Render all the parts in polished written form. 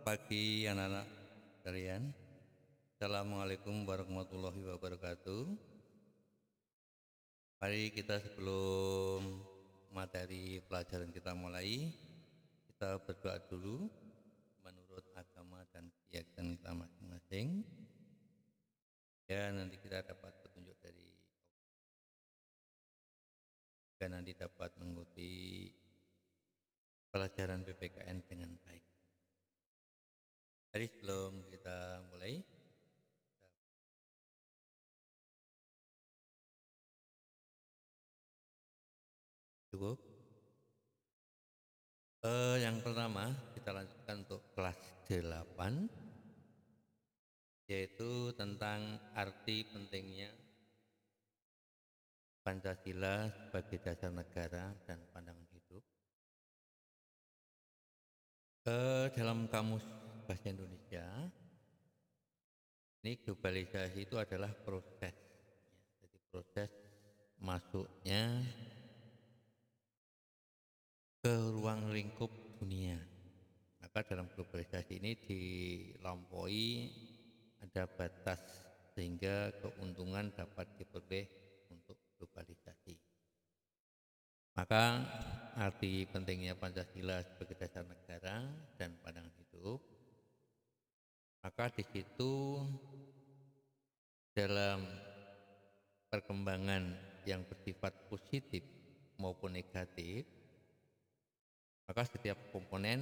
Pagi anak-anak sekalian. Assalamualaikum warahmatullahi wabarakatuh. Mari kita sebelum materi pelajaran kita mulai, kita berdoa dulu menurut agama dan keyakinan kita masing-masing. Ya, nanti kita dapat petunjuk dari dan nanti dapat mengikuti pelajaran PPKN dengan baik. Jadi sebelum kita mulai, cukup. Yang pertama kita lanjutkan untuk kelas 8, yaitu tentang arti pentingnya Pancasila sebagai dasar negara dan pandangan hidup. Dalam kamus bahasa Indonesia, ini globalisasi itu adalah proses, jadi proses masuknya ke ruang lingkup dunia. Maka dalam globalisasi ini dilampaui ada batas sehingga keuntungan dapat diperoleh untuk globalisasi. Maka arti pentingnya Pancasila sebagai dasar negara dan pandangan hidup, maka di situ dalam perkembangan yang bersifat positif maupun negatif, maka setiap komponen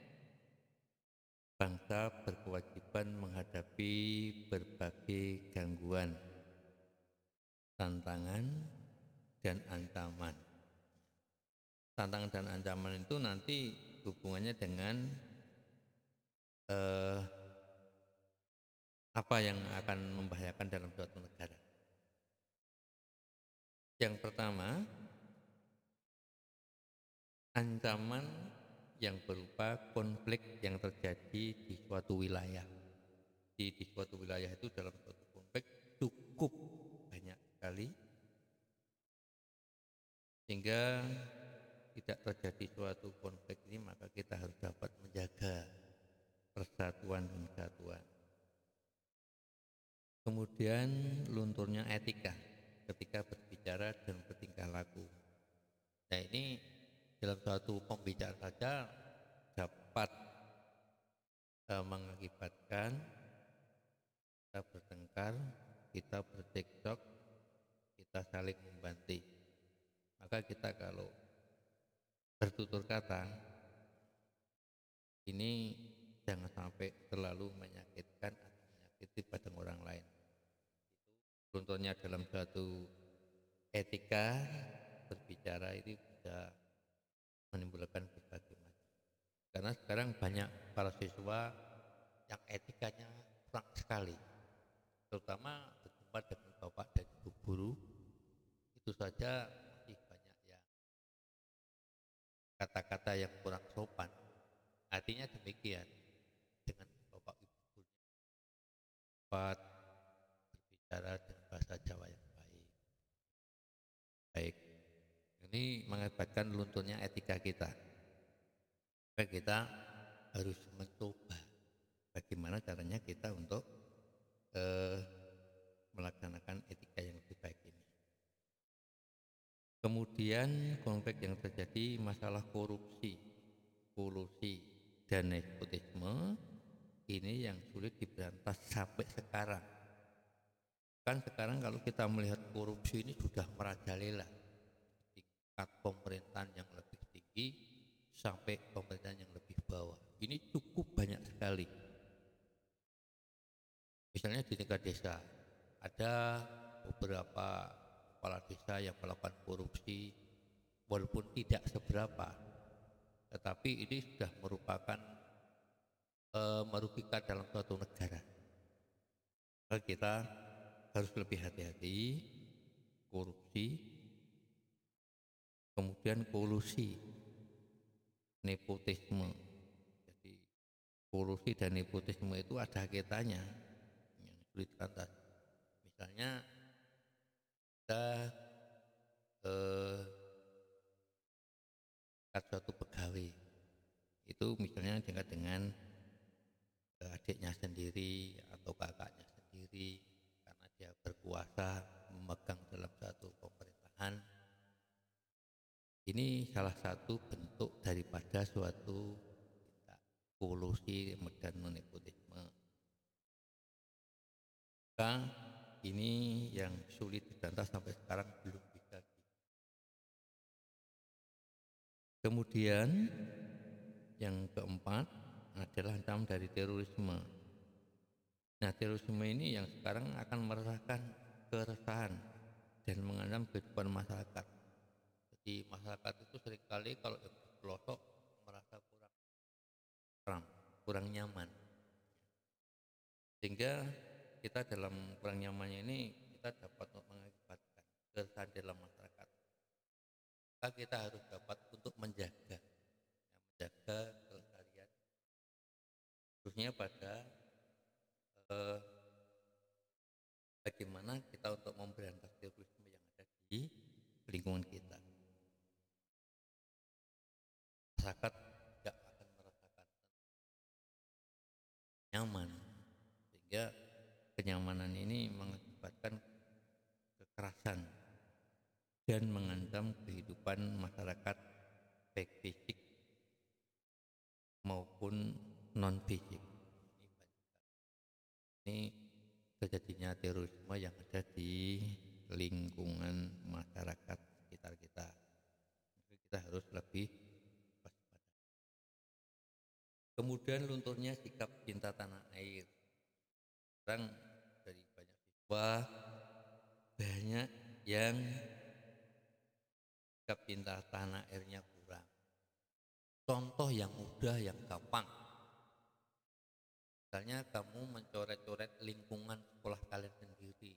bangsa berkewajiban menghadapi berbagai gangguan, tantangan, dan ancaman. Tantangan dan ancaman itu nanti hubungannya dengan apa yang akan membahayakan dalam suatu negara. Yang pertama, ancaman yang berupa konflik yang terjadi di suatu wilayah. Di suatu wilayah itu dalam suatu konflik cukup banyak sekali, sehingga tidak terjadi suatu konflik ini, maka kita harus dapat menjaga persatuan dan kesatuan. Kemudian lunturnya etika ketika berbicara dan bertingkah laku. Nah, ini dalam suatu pembicaraan saja dapat mengakibatkan kita bertengkar, kita bercekcok, kita saling membanting. Maka kita kalau bertutur kata ini jangan sampai terlalu menyakitkan atau menyakiti pada orang lain. Contohnya dalam suatu etika berbicara itu bisa menimbulkan berbagai macam. Karena sekarang banyak para siswa yang etikanya kurang sekali, terutama berjumpa dengan bapak dan ibu guru, itu saja masih banyak yang kata-kata yang kurang sopan. Artinya demikian, dengan bapak ibu guru dapat berbicara dengan bahasa Jawa yang baik. Ini mengakibatkan lunturnya etika kita. Maka kita harus mencoba bagaimana caranya kita untuk melaksanakan etika yang lebih baik ini. Kemudian konflik yang terjadi masalah korupsi, kolusi, dan nepotisme ini yang sulit diberantas sampai sekarang. Kan sekarang kalau kita melihat korupsi ini sudah merajalela, tingkat pemerintahan yang lebih tinggi sampai pemerintahan yang lebih bawah. Ini cukup banyak sekali. Misalnya di tingkat desa ada beberapa kepala desa yang melakukan korupsi, walaupun tidak seberapa, tetapi ini sudah merupakan merugikan dalam suatu negara. Maka kita harus lebih hati-hati korupsi, kemudian kolusi, nepotisme. Jadi kolusi dan nepotisme itu ada kaitannya yang sulit diberantas. Misalnya kita suatu pegawai itu misalnya dengan adiknya sendiri atau kakaknya sendiri karena dia berkuasa memegang dalam satu pemerintahan. Ini salah satu bentuk daripada suatu kolusi dan nepotisme. Maka ini yang sulit dibantah sampai sekarang belum bisa. Kemudian yang keempat adalah ancaman dari terorisme. Nah, terorisme ini yang sekarang akan merasakan keresahan dan mengancam kehidupan masyarakat. Jadi masyarakat itu seringkali kalau di pelosok merasa kurang nyaman. Sehingga kita dalam kurang nyamannya ini kita dapat mengakibatkan keresahan dalam masyarakat. Maka kita harus dapat untuk menjaga kelestarian, khususnya pada bagaimana kita untuk memberantas terorisme yang ada di lingkungan kita. Masyarakat tidak akan merasakan nyaman, sehingga kenyamanan ini mengakibatkan kekerasan dan mengancam kehidupan masyarakat baik fisik maupun non fisik. Ini terjadinya terorisme yang ada di lingkungan masyarakat sekitar kita. Kita harus lebih waspada. Kemudian lunturnya sikap cinta tanah air. Sekarang dari banyak siswa banyak yang sikap cinta tanah airnya kurang. Contoh yang mudah, yang gampang. Misalnya kamu mencoret-coret lingkungan sekolah kalian sendiri.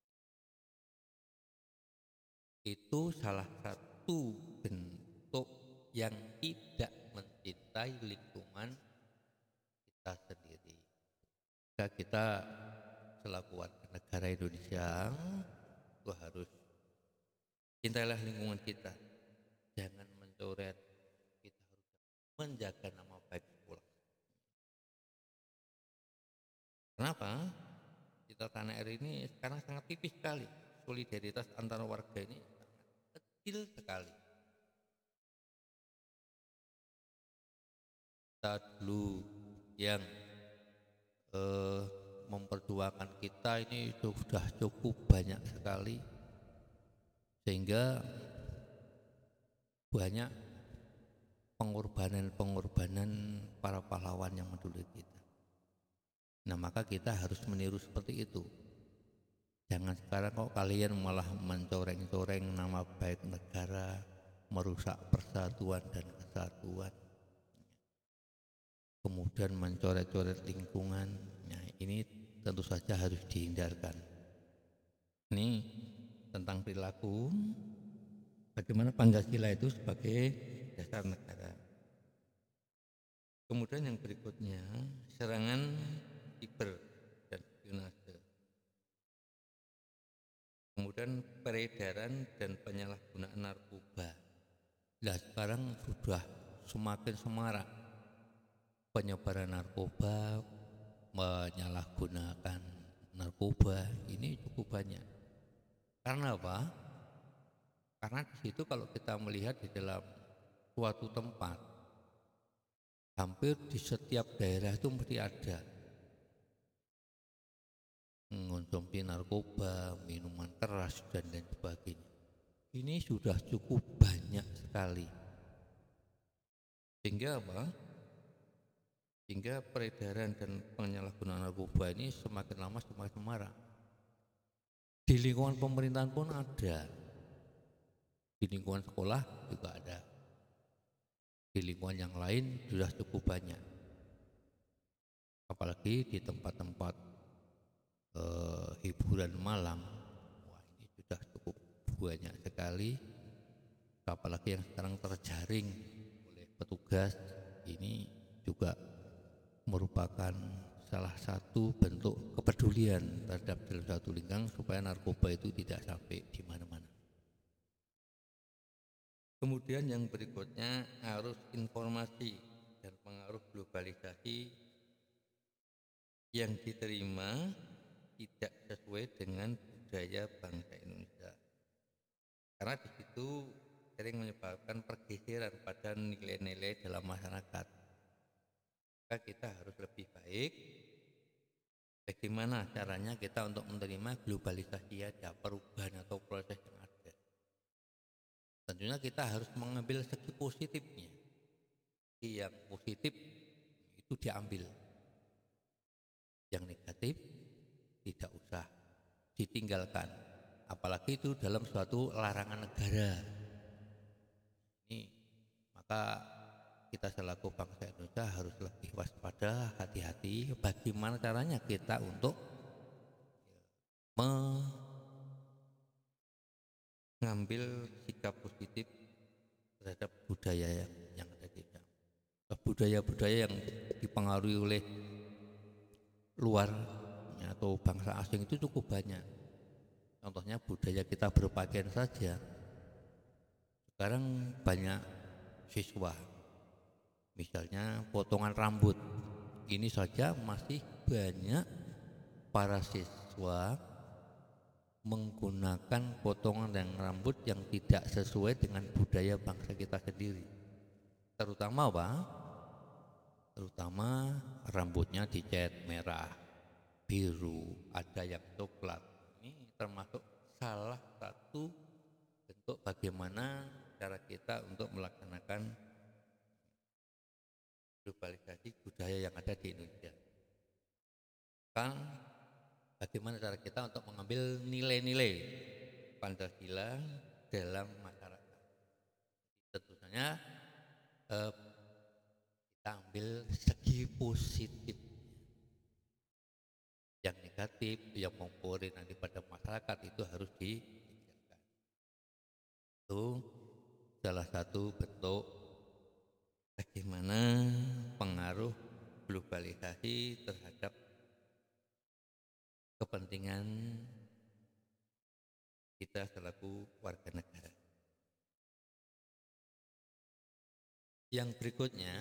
Itu salah satu bentuk yang tidak mencintai lingkungan kita sendiri. Kita selaku warga negara Indonesia itu harus cintailah lingkungan kita. Jangan mencoret. Kita harus menjaga nama baik sekolah. Kenapa? Kita tanah air ini sekarang sangat tipis sekali. Solidaritas antara warga ini sangat kecil sekali. Kita dulu yang memperjuangkan kita ini sudah cukup banyak sekali, sehingga banyak pengorbanan para pahlawan yang mendahului kita. Nah, maka kita harus meniru seperti itu. Jangan sekarang kok kalian malah mencoreng-coreng nama baik negara, merusak persatuan dan kesatuan, kemudian mencoret-coret lingkungan. Nah, ini tentu saja harus dihindarkan. Ini tentang perilaku, bagaimana Pancasila itu sebagai dasar negara. Kemudian yang berikutnya, serangan siber dan spionase. Kemudian peredaran dan penyalahgunaan narkoba. Nah, sekarang sudah semakin semarak penyebaran narkoba, menyalahgunakan narkoba ini cukup banyak. Karena apa? Karena di situ kalau kita melihat di dalam suatu tempat, hampir di setiap daerah itu mesti ada mengonsumsi narkoba, minuman keras dan lain sebagainya. Ini sudah cukup banyak sekali. Sehingga apa? Sehingga peredaran dan penyalahgunaan narkoba ini semakin lama semakin marak. Di lingkungan pemerintahan pun ada, di lingkungan sekolah juga ada, di lingkungan yang lain sudah cukup banyak. Apalagi di tempat-tempat hiburan malam, wah ini sudah cukup banyak sekali. Apalagi yang sekarang terjaring oleh petugas, ini juga merupakan salah satu bentuk kepedulian terhadap dalam satu lingkungan supaya narkoba itu tidak sampai di mana-mana. Kemudian yang berikutnya, arus informasi dan pengaruh globalisasi yang diterima tidak sesuai dengan budaya bangsa Indonesia. Karena di situ sering menyebabkan pergeseran pada nilai-nilai dalam masyarakat. Maka kita harus lebih baik bagaimana caranya kita untuk menerima globalisasi ada perubahan atau proses yang ada. Tentunya kita harus mengambil segi positifnya. Yang positif itu diambil, yang negatif tidak usah ditinggalkan, apalagi itu dalam suatu larangan negara. Ini maka kita selaku bangsa Indonesia harus lebih waspada, hati-hati bagaimana caranya kita untuk mengambil sikap positif terhadap budaya yang ada di dalam. Budaya-budaya yang dipengaruhi oleh luar atau bangsa asing itu cukup banyak. Contohnya budaya kita berpakaian saja. Sekarang banyak siswa, misalnya potongan rambut. Ini saja masih banyak para siswa menggunakan potongan dan rambut yang tidak sesuai dengan budaya bangsa kita sendiri. Terutama apa? Terutama rambutnya dicat merah, biru, ada yang coklat. Ini termasuk salah satu bentuk bagaimana cara kita untuk melaksanakan globalisasi budaya yang ada di Indonesia. Kan bagaimana cara kita untuk mengambil nilai-nilai Pancasila dalam masyarakat. Tentu saja kita ambil segi positif, yang negatif yang mempengaruhi nanti pada masyarakat itu harus ditinggalkan. Itu salah satu bentuk bagaimana pengaruh globalisasi terhadap kepentingan kita selaku warga negara. Yang berikutnya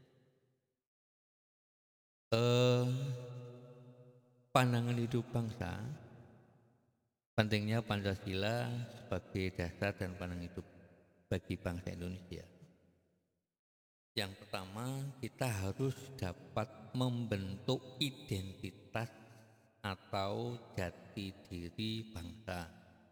pandangan hidup bangsa, pentingnya Pancasila sebagai dasar dan pandangan hidup bagi bangsa Indonesia. Yang pertama, kita harus dapat membentuk identitas atau jati diri bangsa.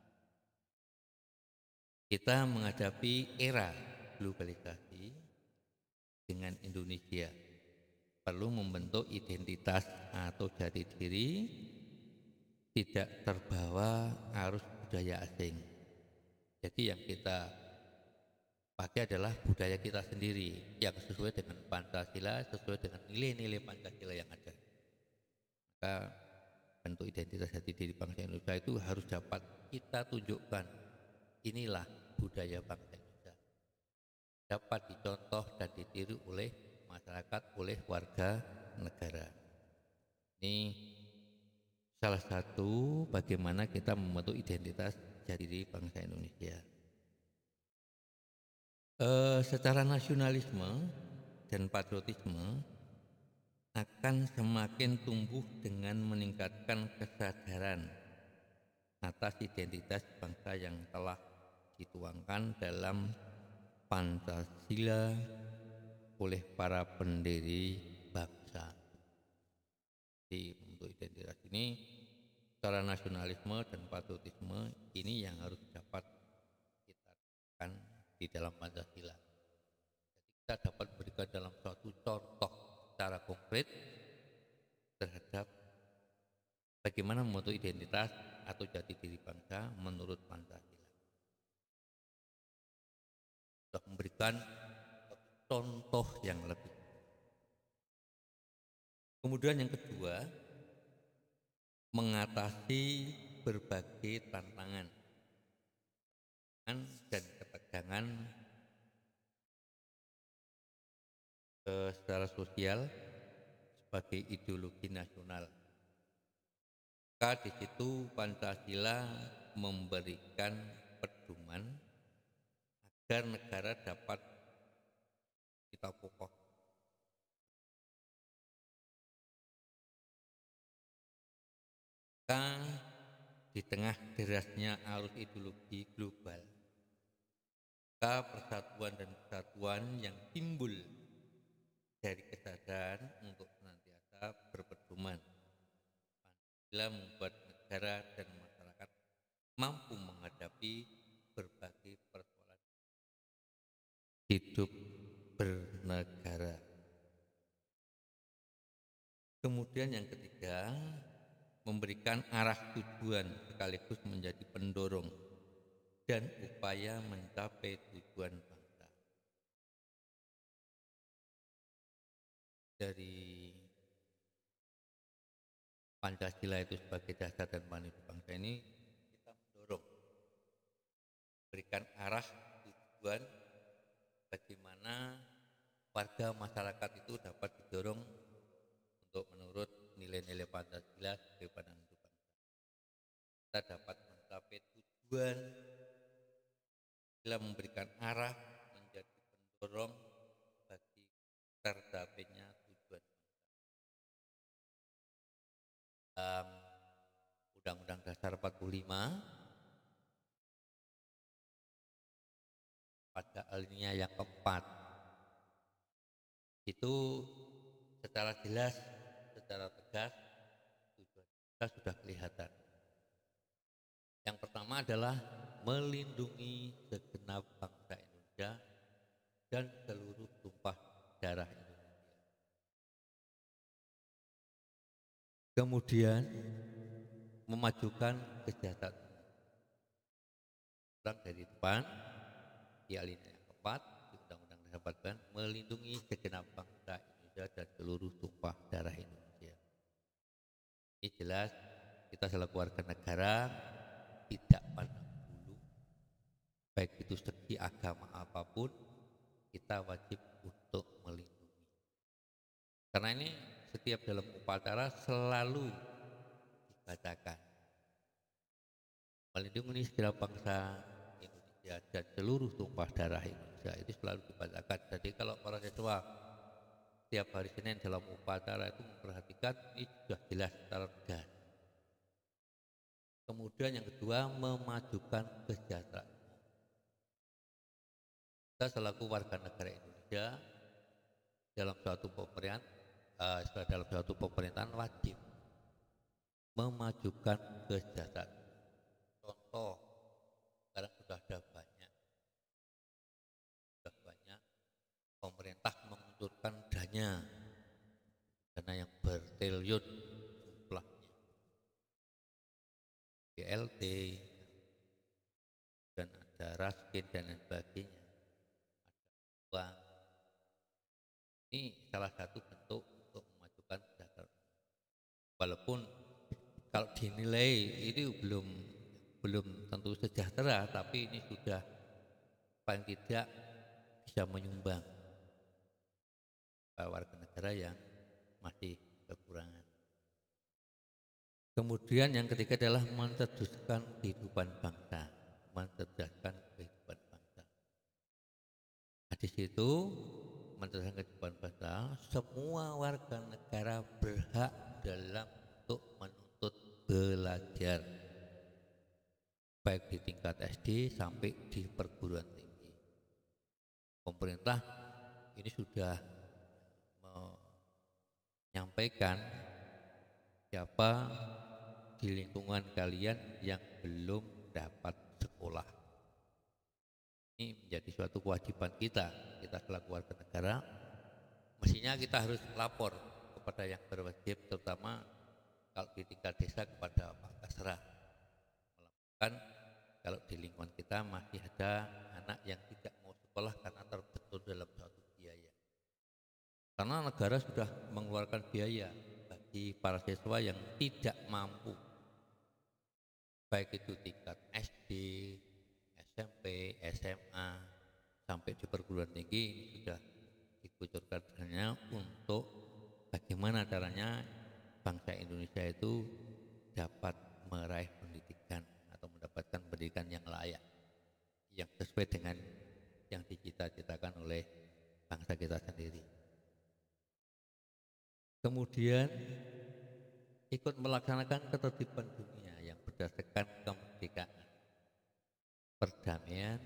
Kita menghadapi era globalisasi dengan Indonesia perlu membentuk identitas atau jati diri, tidak terbawa arus budaya asing. Jadi yang kita pakai adalah budaya kita sendiri yang sesuai dengan Pancasila, sesuai dengan nilai-nilai Pancasila yang ada. Maka bentuk identitas jati diri bangsa Indonesia itu harus dapat kita tunjukkan. Inilah budaya bangsa Indonesia, dapat dicontoh dan ditiru oleh masyarakat, oleh warga negara. Ini salah satu bagaimana kita membentuk identitas jati diri bangsa Indonesia. Secara nasionalisme dan patriotisme akan semakin tumbuh dengan meningkatkan kesadaran atas identitas bangsa yang telah dituangkan dalam Pancasila oleh para pendiri bangsa. Di untuk identitas ini secara nasionalisme dan patriotisme ini yang harus dapat kita lakukan di dalam Pancasila. Jadi kita dapat berikan dalam suatu contoh secara konkret terhadap bagaimana membentuk identitas atau jati diri bangsa menurut Pancasila. Untuk memberikan contoh yang lebih. Kemudian yang kedua, mengatasi berbagai tantangan dan ketegangan secara sosial sebagai ideologi nasional. Maka di situ Pancasila memberikan pedoman agar negara dapat kita kokoh di tengah derasnya arus ideologi global, maka persatuan dan kesatuan yang timbul dari kesadaran untuk senantiasa berpedoman Pancasila membuat negara dan masyarakat mampu menghadapi berbagai persoalan hidup bernegara. Kemudian yang ketiga, memberikan arah tujuan sekaligus menjadi pendorong dan upaya mencapai tujuan bangsa. Dari Pancasila itu sebagai dasar dan panduan bangsa ini, kita mendorong, berikan arah tujuan bagaimana warga masyarakat itu dapat didorong untuk menurut nilai-nilai Pancasila sebagai pandangan hidup bangsa. Kita dapat mencapai tujuan bila memberikan arah menjadi pendorong bagi tercapainya tujuan bangsa. Undang-Undang Dasar 45 pada alinea yang keempat itu secara jelas, secara tegas tujuan kita sudah kelihatan. Yang pertama adalah melindungi segenap bangsa Indonesia dan seluruh tumpah darah Indonesia. Kemudian memajukan kesejahteraan. Ulang dari depan, di alinea yang keempat di Undang-Undang Dasar 45 melindungi segenap bangsa Indonesia dan seluruh tumpah darah Indonesia. Ini jelas kita selaku warga negara tidak pandang bulu, baik itu segi agama apapun, kita wajib untuk melindungi. Karena ini setiap dalam upacara selalu dibacakan. Melindungi segenap bangsa Indonesia dan seluruh tumpah darah Indonesia itu selalu dibacakan. Jadi kalau para siswa setiap hari Senin dalam upacara itu memperhatikan, ini sudah jelas secara tegas. Kemudian yang kedua, memajukan kesejahteraan. Kita selaku warga negara Indonesia dalam suatu pemerintahan wajib memajukan kesejahteraan. Contoh, sekarang sudah ada banyak pemerintah mengucurkan dana yang bertriliun jumlahnya, BLT dan ada raskin dan lain sebagainya, ada uang. Ini salah satu bentuk untuk memajukan kesejahteraan. Walaupun kalau dinilai ini belum tentu sejahtera, tapi ini sudah paling tidak bisa menyumbang warga negara yang masih kekurangan. Kemudian yang ketiga adalah mencerdaskan kehidupan bangsa, Nah, di situ mencerdaskan kehidupan bangsa, semua warga negara berhak dalam untuk menuntut belajar, baik di tingkat SD sampai di perguruan tinggi. Pemerintah ini sudah menyampaikan siapa di lingkungan kalian yang belum dapat sekolah. Ini menjadi suatu kewajiban kita selaku warga negara. Mestinya kita harus lapor kepada yang berwajib, terutama kalau di tingkat desa kepada Pak Kasra, melakukan kalau di lingkungan kita masih ada anak yang tidak mau sekolah karena terbentur dalam suatu biaya. Karena negara sudah mengeluarkan biaya bagi para siswa yang tidak mampu, baik itu tingkat SD, SMP, SMA, sampai di perguruan tinggi. Ini sudah dikucurkan dananya untuk bagaimana caranya bangsa Indonesia itu dapat meraih pendidikan atau mendapatkan pendidikan yang layak, yang sesuai dengan yang dicita-citakan oleh bangsa kita sendiri. Kemudian ikut melaksanakan ketertiban dunia yang berdasarkan kemerdekaan, perdamaian,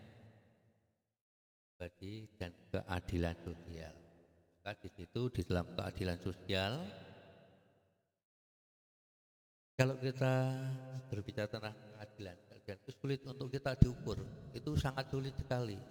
dan keadilan sosial. Maka di situ di dalam keadilan sosial, kalau kita berbicara tentang keadilan itu sulit untuk kita diukur, itu sangat sulit sekali.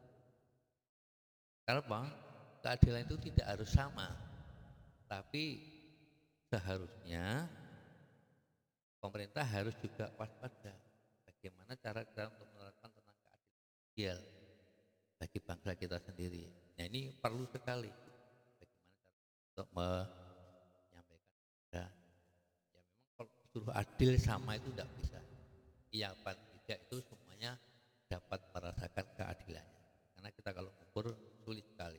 Karena apa? Keadilan itu tidak harus sama, tapi seharusnya pemerintah harus juga waspada bagaimana cara kita untuk menerapkan tentang keadilan sosial bagi bangsa kita sendiri. Nah ini perlu sekali bagaimana cara untuk menyampaikan ya memang kalau suruh adil sama itu tidak bisa. Iya paling tidak itu semuanya dapat merasakan keadilannya. Karena kita kalau ukur sulit sekali.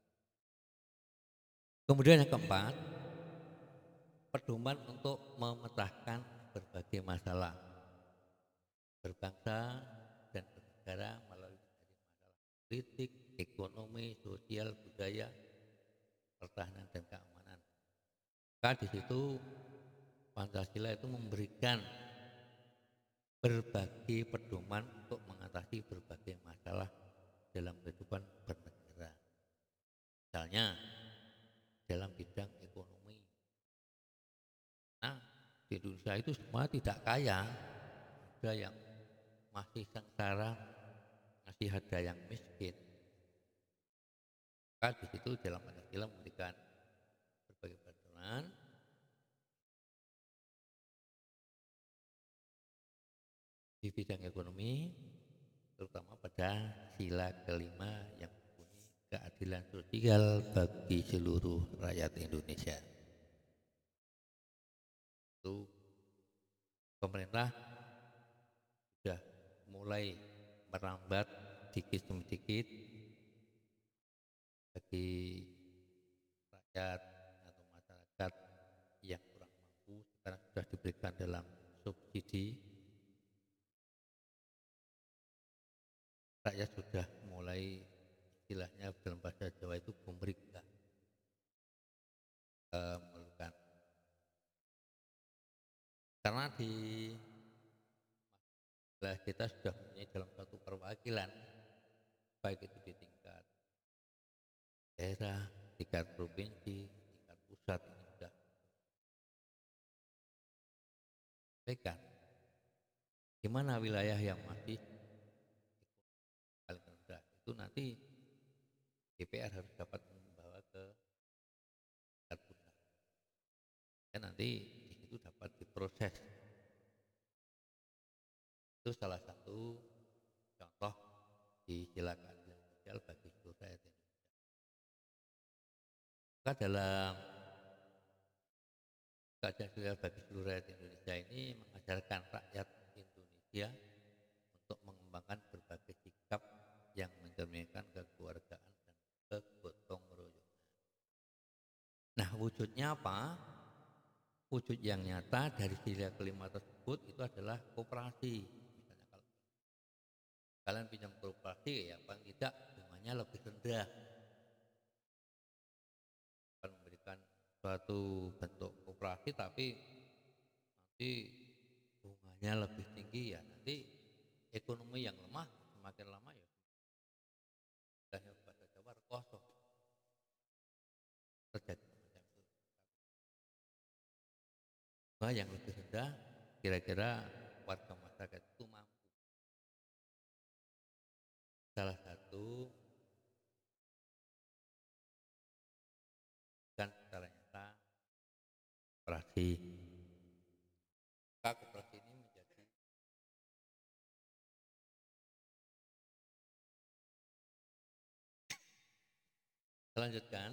Kemudian yang keempat, pedoman untuk memecahkan berbagai masalah berbangsa dan bernegara melalui masalah politik, ekonomi, sosial, budaya, pertahanan dan keamanan. Maka di situ Pancasila itu memberikan berbagai pedoman untuk mengatasi berbagai masalah dalam kehidupan bernegara. Misalnya dalam bidang ekonomi. Nah, di Indonesia itu semua tidak kaya, ada yang masih sengsara, masih ada yang miskin. Maka di situ dalam Pancasila memberikan berbagai pedoman di bidang ekonomi, terutama pada sila kelima yang mempunyai keadilan sosial bagi seluruh rakyat Indonesia. Itu pemerintah sudah mulai merambat sedikit demi sedikit bagi rakyat atau masyarakat yang kurang mampu, sekarang sudah diberikan dalam subsidi. Rakyat sudah mulai istilahnya dalam bahasa Jawa itu pemberita memerlukan. Karena di kita sudah mempunyai dalam satu perwakilan, baik itu di tingkat daerah, tingkat provinsi, tingkat pusat, ini sudah sampaikan. Gimana wilayah yang masih paling rendah itu nanti DPR harus dapat membawa ke tingkat pusat. Ya nanti di situ dapat diproses. Itu salah satu contoh di sila keadilan sosial bagi seluruh rakyat Indonesia. Maka dalam keadilan sosial bagi seluruh rakyat Indonesia ini mengajarkan rakyat Indonesia untuk mengembangkan berbagai sikap yang mencerminkan kekeluargaan dan kegotong royongan. Nah, wujudnya apa? Wujud yang nyata dari sila kelima tersebut itu adalah koperasi. Misalnya kalau kalian pinjam koperasi ya paling tidak bunganya lebih rendah. Akan memberikan suatu bentuk koperasi tapi nanti bunganya lebih tinggi ya nanti ekonomi yang lemah semakin lama ya bahasa Jawa kosong terjadi semacam itu. Nah, yang lebih rendah kira-kira warga masyarakat itu mampu. Salah satu kan secara nyata koperasi. Maka koperasi ini menjadi selanjutkan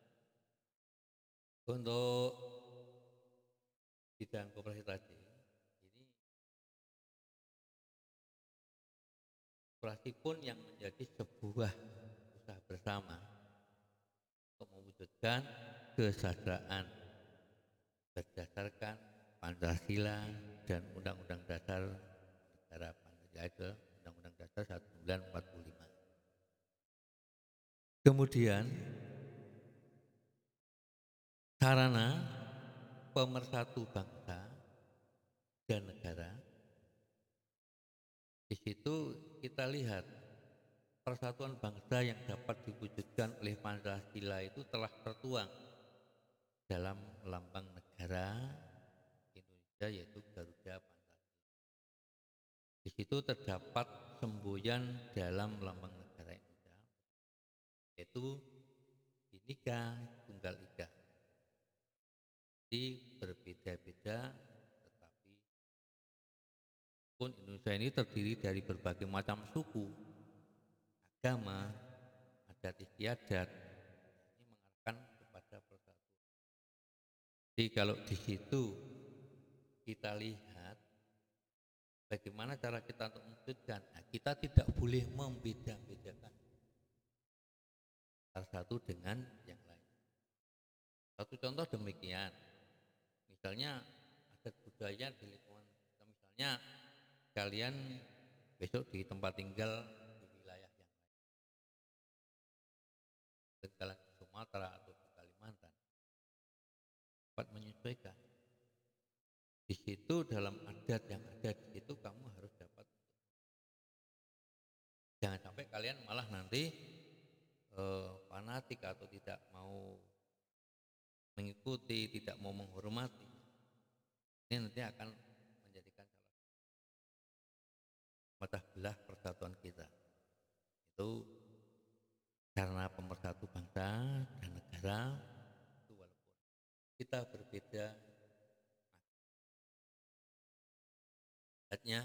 untuk bidang koperasi tadi ini koperasi pun yang menjadi sebuah usaha bersama untuk mewujudkan kesejahteraan berdasarkan Pancasila dan Undang-Undang Dasar Negara Pancasila, Undang-Undang Dasar 1945. Kemudian sarana pemersatu bangsa dan negara Di situ kita lihat persatuan bangsa yang dapat diwujudkan oleh Pancasila itu telah tertuang dalam lambang negara Indonesia, yaitu Garuda Pancasila. Di situ terdapat semboyan dalam lambang negara Indonesia, yaitu Bhinneka Tunggal Ika. Jadi berbeda-beda, tetapi pun Indonesia ini terdiri dari berbagai macam suku, agama, adat istiadat. Ini mengarahkan kepada persatuan. Jadi kalau di situ kita lihat bagaimana cara kita untuk mewujudkan, nah, kita tidak boleh membeda-bedakan salah satu dengan yang lain. Satu contoh demikian, misalnya adat budaya di lingkungan kita, misalnya kalian besok di tempat tinggal di wilayah yang lain, kalian di Sumatera atau di Kalimantan, dapat menyesuaikan. Di situ dalam adat yang ada di situ kamu harus dapat. Jangan sampai kalian malah nanti fanatik atau tidak mau mengikuti, tidak mau menghormati. Ini nanti akan menjadikan salah mata belah persatuan kita. Itu karena pemersatu bangsa dan negara itu walaupun kita berbeda adatnya,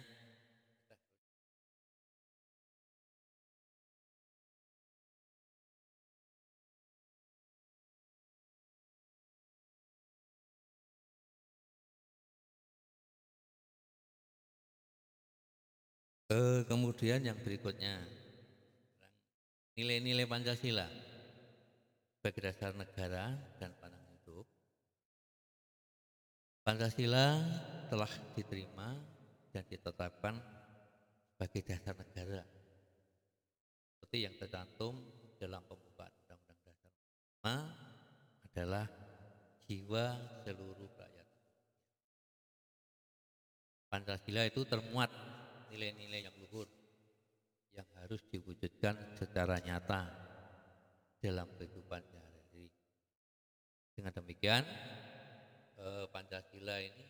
kemudian yang berikutnya nilai-nilai Pancasila sebagai dasar negara dan pandangan hidup. Pancasila telah diterima dan ditetapkan sebagai dasar negara seperti yang tercantum dalam pembukaan Undang-Undang Dasar 45 adalah jiwa seluruh rakyat. Pancasila itu termuat nilai-nilai yang luhur yang harus diwujudkan secara nyata dalam kehidupan sehari-hari. Dengan demikian, Pancasila ini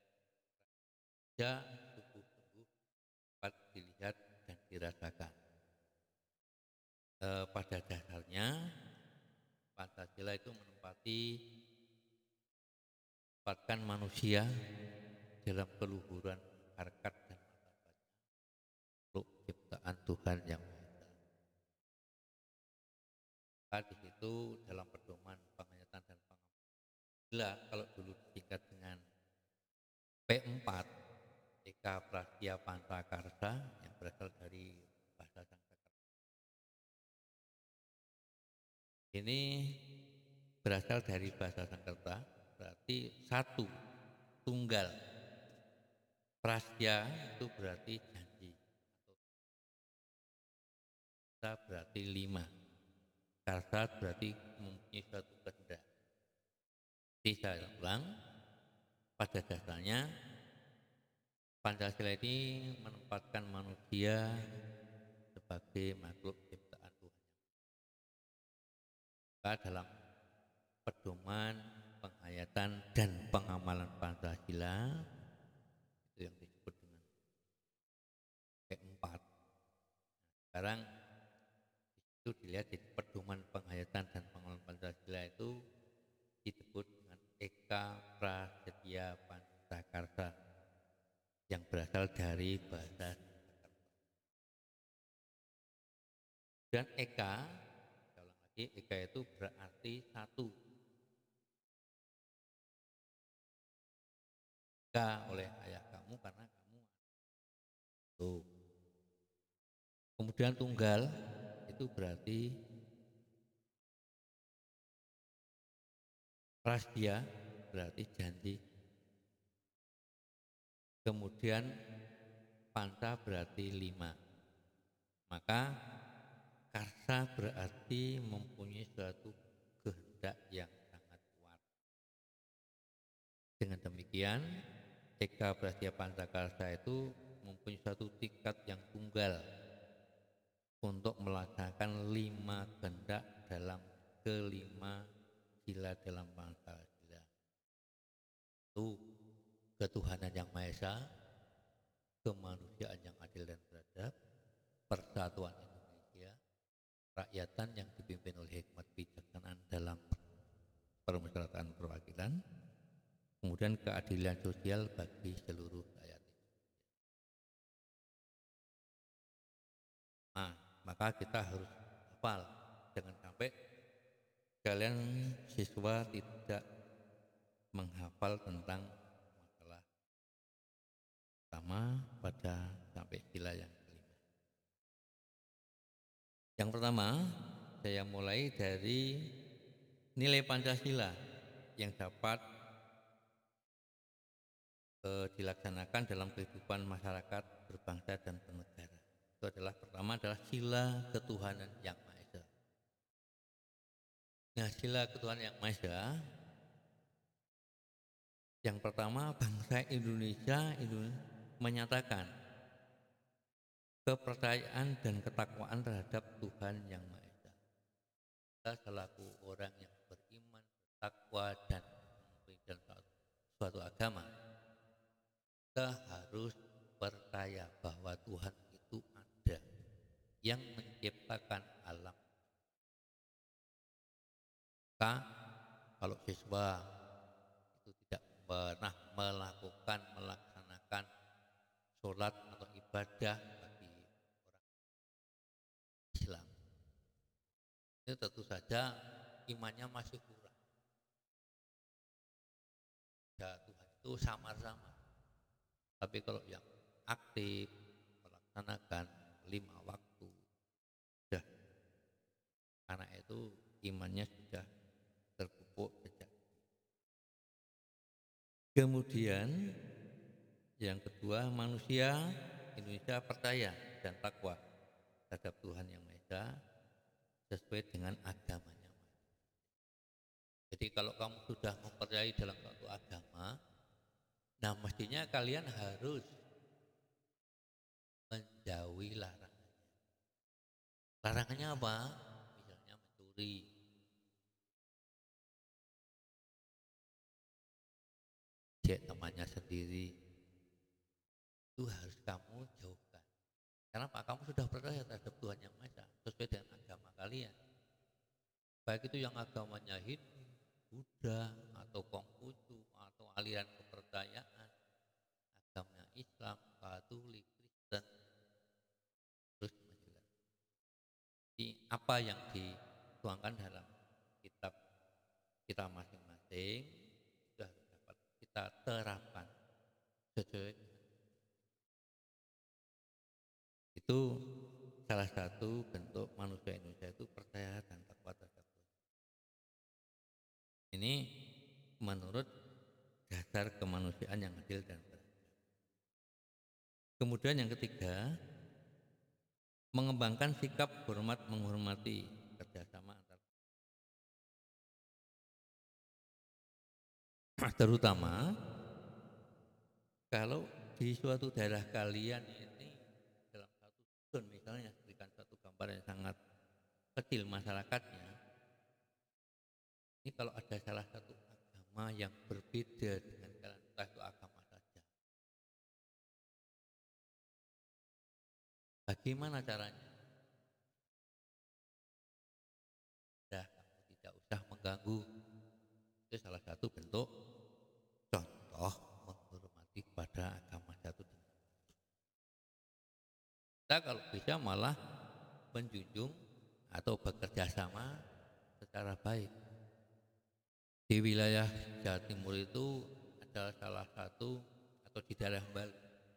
sungguh-sungguh dapat dilihat dan dirasakan. Pada dasarnya, Pancasila itu menempatkan manusia dalam keluhuran harkat dan martabatnya untuk ciptaan Tuhan yang Maha Esa. Di situ dalam pedoman penghayatan dan pengamatan, kalau dulu disingkat dengan P4, Eka Prastia Pancakarsa, yang berasal dari bahasa Sanskerta. Ini berasal dari bahasa Sanskerta, berarti satu, tunggal. Prastia itu berarti janji, atau berarti 5. Karsa berarti mempunyai suatu kehendak. Saya ulang, pada dasarnya Pancasila ini menempatkan manusia sebagai makhluk ciptaan Tuhan. Dalam pedoman, penghayatan dan pengamalan Pancasila itu yang disebut dengan P4. Sekarang itu dilihat di pedoman penghayatan dan pengamalan Pancasila itu disebut dengan Eka Prasetya Pancakarsa yang berasal dari bahasa Sanskerta. Dan Eka, saya ulang lagi, Eka itu berarti satu. Eka oleh ayah kamu karena kamu tuh. Kemudian tunggal itu berarti prastia, berarti janji. Kemudian panca berarti 5. Maka karsa berarti mempunyai suatu kehendak yang sangat kuat. Dengan demikian, Eka Prastia Pancakarsa itu mempunyai satu tingkat yang tunggal untuk melaksanakan 5 kehendak dalam kelima sila dalam Pancasila. Itu ketuhanan yang Maha Esa, kemanusiaan yang adil dan beradab, persatuan Indonesia, rakyatan yang dipimpin oleh hikmat bijaksanaan dalam permusyawaratan perwakilan, kemudian keadilan sosial bagi seluruh rakyat. Nah, maka kita harus hafal, jangan sampai kalian siswa tidak menghafal tentang masalah pertama pada sampai sila yang kelima. Yang pertama, saya mulai dari nilai Pancasila yang dapat dilaksanakan dalam kehidupan masyarakat berbangsa dan bernegara. Itu adalah pertama adalah sila ketuhanan yang Maha Esa. Nah, sila ketuhanan yang Maha Esa yang pertama, bangsa Indonesia menyatakan kepercayaan dan ketakwaan terhadap Tuhan yang Maha Esa. Kita selaku orang yang beriman, bertakwa dan dalam suatu agama, kita harus percaya bahwa Tuhan itu ada yang menciptakan alam. Maka kalau siswa itu tidak pernah melaksanakan sholat atau ibadah bagi orang Islam, itu tentu saja imannya masih kurang. Ya, Tuhan itu samar-samar. Tapi kalau yang aktif melaksanakan 5 waktu, sudah, anak itu imannya sudah terpupuk sejak. Kemudian yang kedua, manusia Indonesia percaya dan takwa terhadap Tuhan yang Maha Esa sesuai dengan agamanya. Jadi kalau kamu sudah mempercayai dalam suatu agama, nah mestinya kalian harus menjauhi larangannya. Larangannya apa? Misalnya mencuri, cek temannya sendiri, itu harus kamu jauhkan. Karena Pak, kamu sudah percaya terhadap Tuhan yang Maha Esa sesuai dengan agama kalian. Baik itu yang agamanya Hindu, Buddha, atau Konghucu, atau aliran kepercayaan, agamanya Islam, Katolik, Kristen, terus menjelaskan. Jadi apa yang dituangkan dalam kitab kita masing-masing sudah dapat kita terapkan sesuai. Itu salah satu bentuk manusia Indonesia itu percaya dan takwa terhadap Tuhan. Ini menurut dasar kemanusiaan yang adil dan beradab. Kemudian yang ketiga, mengembangkan sikap hormat menghormati kerjasama antar, terutama kalau di suatu daerah kalian ini dalam satu dusun misalnya, berikan satu gambar yang sangat kecil masyarakatnya. Ini kalau ada salah satu agama yang berbeda dengan kalian, entah itu agama saja, bagaimana caranya? Sudah, kamu tidak usah mengganggu. Itu salah satu bentuk contoh menghormati kepada agama satu. Kita kalau bisa malah menjunjung atau bekerja sama secara baik. Di wilayah Jawa Timur itu adalah salah satu, atau di daerah Bali,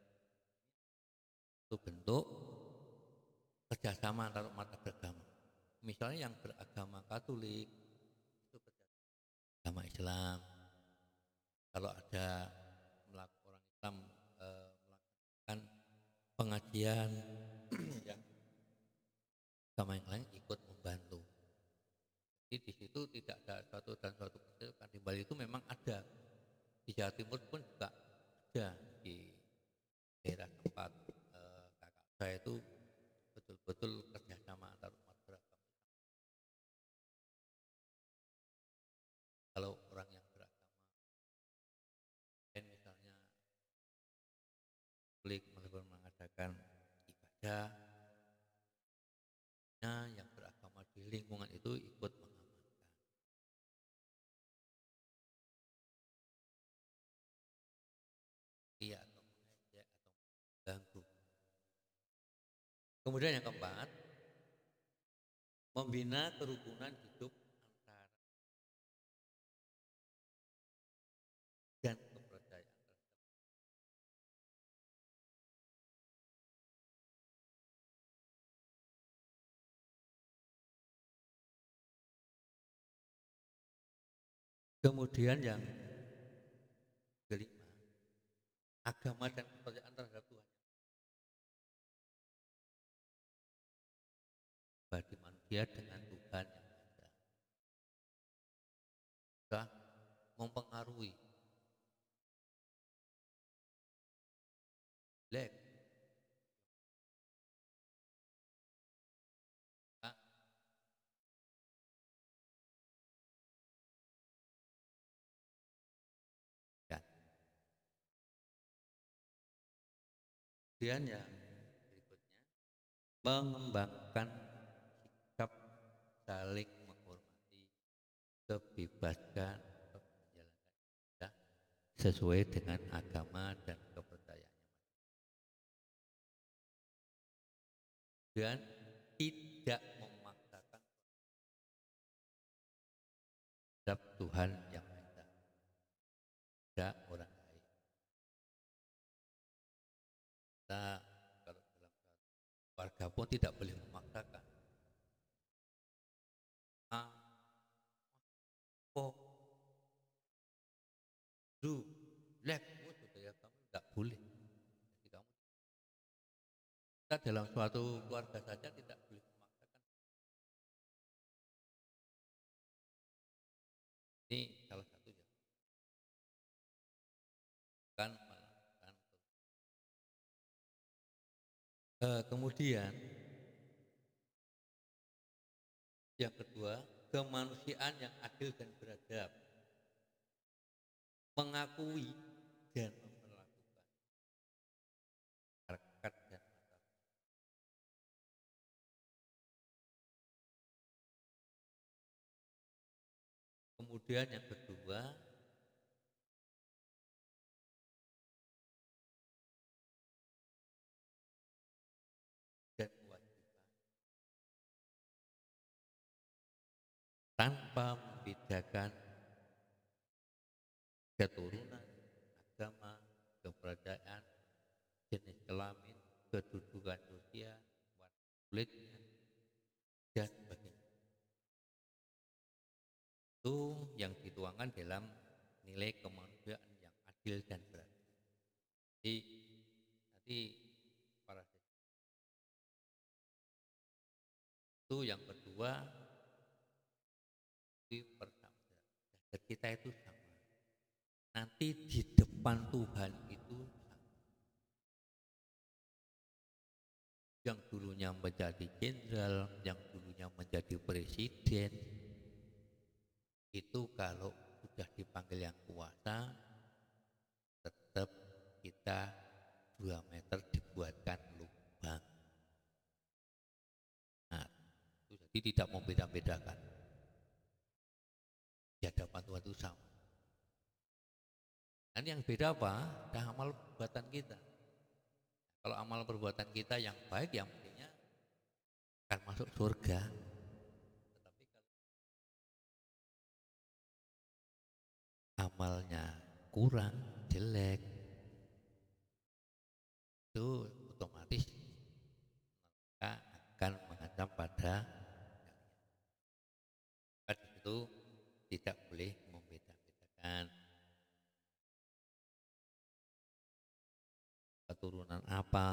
itu bentuk kerjasama antar umat beragama. Misalnya yang beragama Katolik itu beragama Islam. Kalau ada orang Islam melakukan pengajian, yang agama yang lain ikut membantu. Jadi di situ tidak ada suatu dan suatu perselisihan. Di Bali itu memang ada, di Jawa Timur pun juga ada di daerah tempat saya itu betul-betul kerjasama antar umat beragama. Kalau orang yang beragama lain misalnya Katolik mengadakan ibadah, yang beragama di lingkungan itu ikut mengamalkan. Iya atau mengejek atau mengganggu. Kemudian yang keempat, membina kerukunan hidup antara dan kepercayaan. Kemudian yang kelima, agama dan kepercayaan terhadap Tuhan bagi manusia dengan Tuhan yang ada sudah mempengaruhi lek dan kemudian yang berikutnya mengembangkan sikap saling menghormati, kebebasan untuk menjalankan ibadah sesuai dengan agama dan kepercayaannya. Dan tidak memaksakan terhadap Tuhan yang ada. Tidak orang lain. Kita kalau dalam keluarga pun tidak boleh memaksakan. Oh, du, lek, budaya kamu tidak boleh. Jadi kamu kita dalam suatu keluarga saja tidak boleh memaksakan. Ini salah satunya. Kan melakukan. Kemudian yang kedua, kemanusiaan yang adil dan beradab, mengakui dan memperlakukan harkat dan martabat. Kemudian yang kedua, dan kewajiban tanpa membedakan keturunan, agama, kepercayaan, jenis kelamin, kedudukan sosial, warna kulitnya, dan sebagainya. Itu yang dituangkan dalam nilai kemanusiaan yang adil dan beradab. Jadi nanti para itu yang kedua itu pertama derajat kita itu sama. Nanti di depan Tuhan itu sama. Yang dulunya menjadi jenderal, yang dulunya menjadi presiden, itu kalau sudah dipanggil yang kuasa tetap kita 2 meter dibuatkan lubang. Nah, itu jadi tidak membeda-bedakan. Di hadapan Tuhan itu sama. Dan yang beda apa? Dah amal perbuatan kita. Kalau amal perbuatan kita yang baik, yang mestinya akan masuk surga. Tetapi kalau amalnya kurang, jelek, itu otomatis mereka akan mengancam pada itu tidak boleh membeda-bedakan keturunan apa,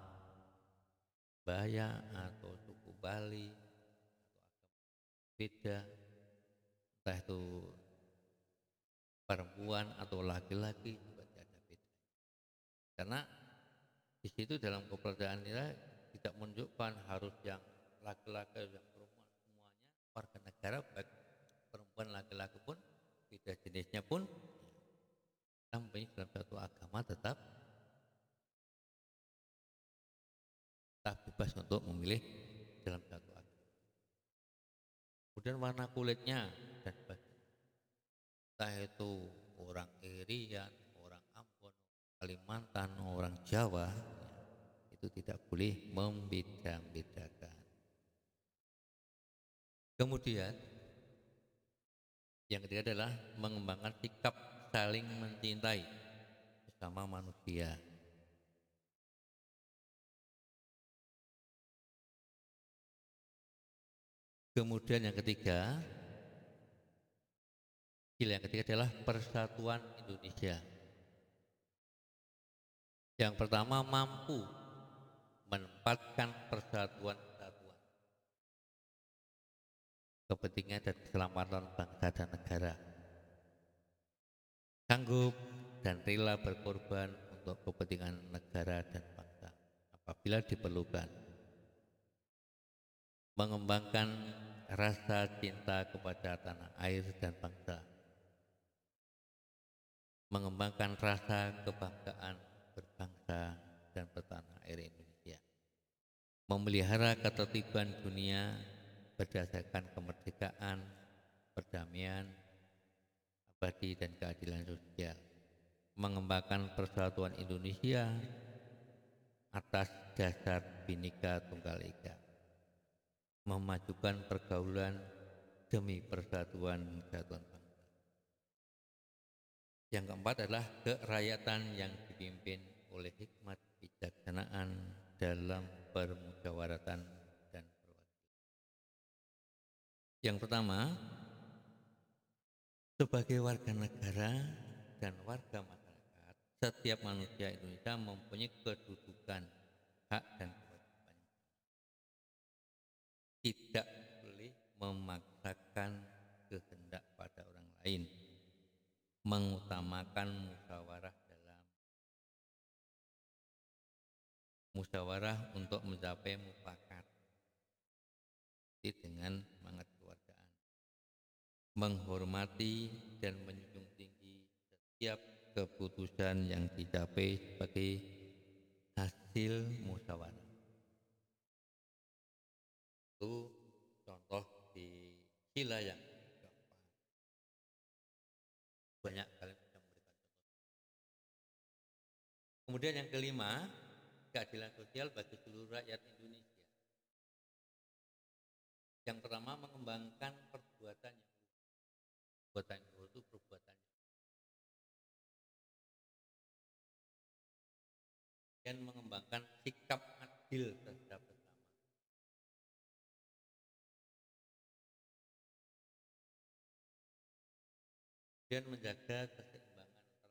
Baya atau suku Bali atau agama beda, entah itu perempuan atau laki-laki juga tidak ada beda. Karena di situ dalam kepercayaan kita tidak menunjukkan harus yang laki-laki yang perempuan, semuanya warga negara, baik perempuan laki-laki pun beda jenisnya pun sampai dalam satu agama tetap bebas untuk memilih dalam satu agama. Kemudian warna kulitnya dan sebagainya, entah itu orang Irian, orang Ambon, Kalimantan, orang Jawa, itu tidak boleh membeda-bedakan. Kemudian yang ketiga adalah mengembangkan sikap saling mencintai sesama manusia. Kemudian yang ketiga adalah persatuan Indonesia. Yang pertama, mampu menempatkan persatuan kepentingan dan keselamatan bangsa dan negara, sanggup dan rela berkorban untuk kepentingan negara dan bangsa apabila diperlukan, mengembangkan rasa cinta kepada tanah air dan bangsa, mengembangkan rasa kebanggaan berbangsa dan bertanah air Indonesia, memelihara ketertiban dunia berdasarkan kemerdekaan, perdamaian, abadi dan keadilan sosial, mengembangkan persatuan Indonesia atas dasar Bhinneka Tunggal Ika, memajukan pergaulan demi persatuan kesatuan bangsa. Yang keempat adalah kerakyatan yang dipimpin oleh hikmat kebijaksanaan dalam permusyawaratan dan perwakilan. Yang pertama, sebagai warga negara dan warga masyarakat, setiap manusia Indonesia mempunyai kedudukan, hak dan kewajiban. Tidak boleh memaksakan kehendak pada orang lain, mengutamakan musyawarah untuk mencapai mufakat dengan semangat keluargaan, menghormati dan menjunjung tinggi setiap keputusan yang dicapai sebagai hasil musyawarah. Itu contoh di sila yang keempat. Banyak kali bisa memberikan contoh. Kemudian yang kelima, keadilan sosial bagi seluruh rakyat Indonesia. Yang pertama, mengembangkan perbuatan yang itu perbuatan dan mengembangkan sikap adil terhadap sesama. Dan menjaga keseimbangan antara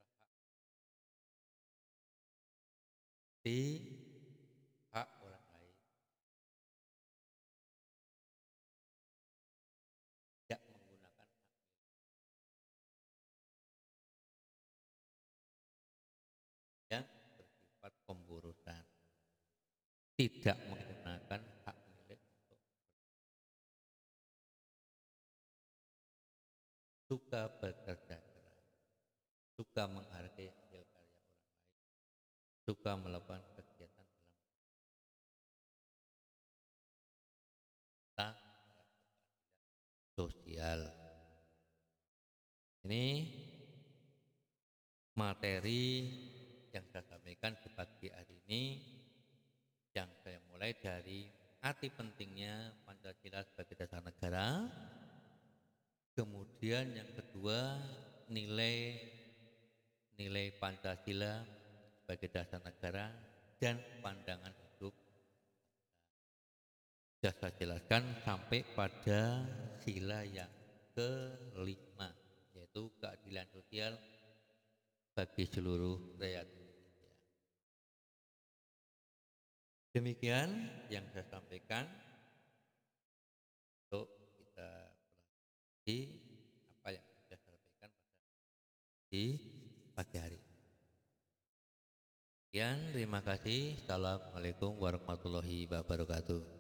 hak orang lain, tidak menggunakan hak yang bersifat pemborosan, tidak menggunakan hak milik untuk suka bekerja keras, suka menghargai hasil karya orang lain, suka melakukan kegiatan dalam sosial. Ini materi yang saya sampaikan di pagi hari ini, yang saya mulai dari arti pentingnya Pancasila sebagai dasar negara. Kemudian yang kedua, nilai Pancasila sebagai dasar negara dan pandangan hidup. Sudah saya jelaskan sampai pada sila yang kelima, yaitu keadilan sosial bagi seluruh rakyat Indonesia. Demikian yang saya sampaikan untuk kita pelajari apa yang sudah saya sampaikan di pagi hari. Sekian, terima kasih. Assalamualaikum warahmatullahi wabarakatuh.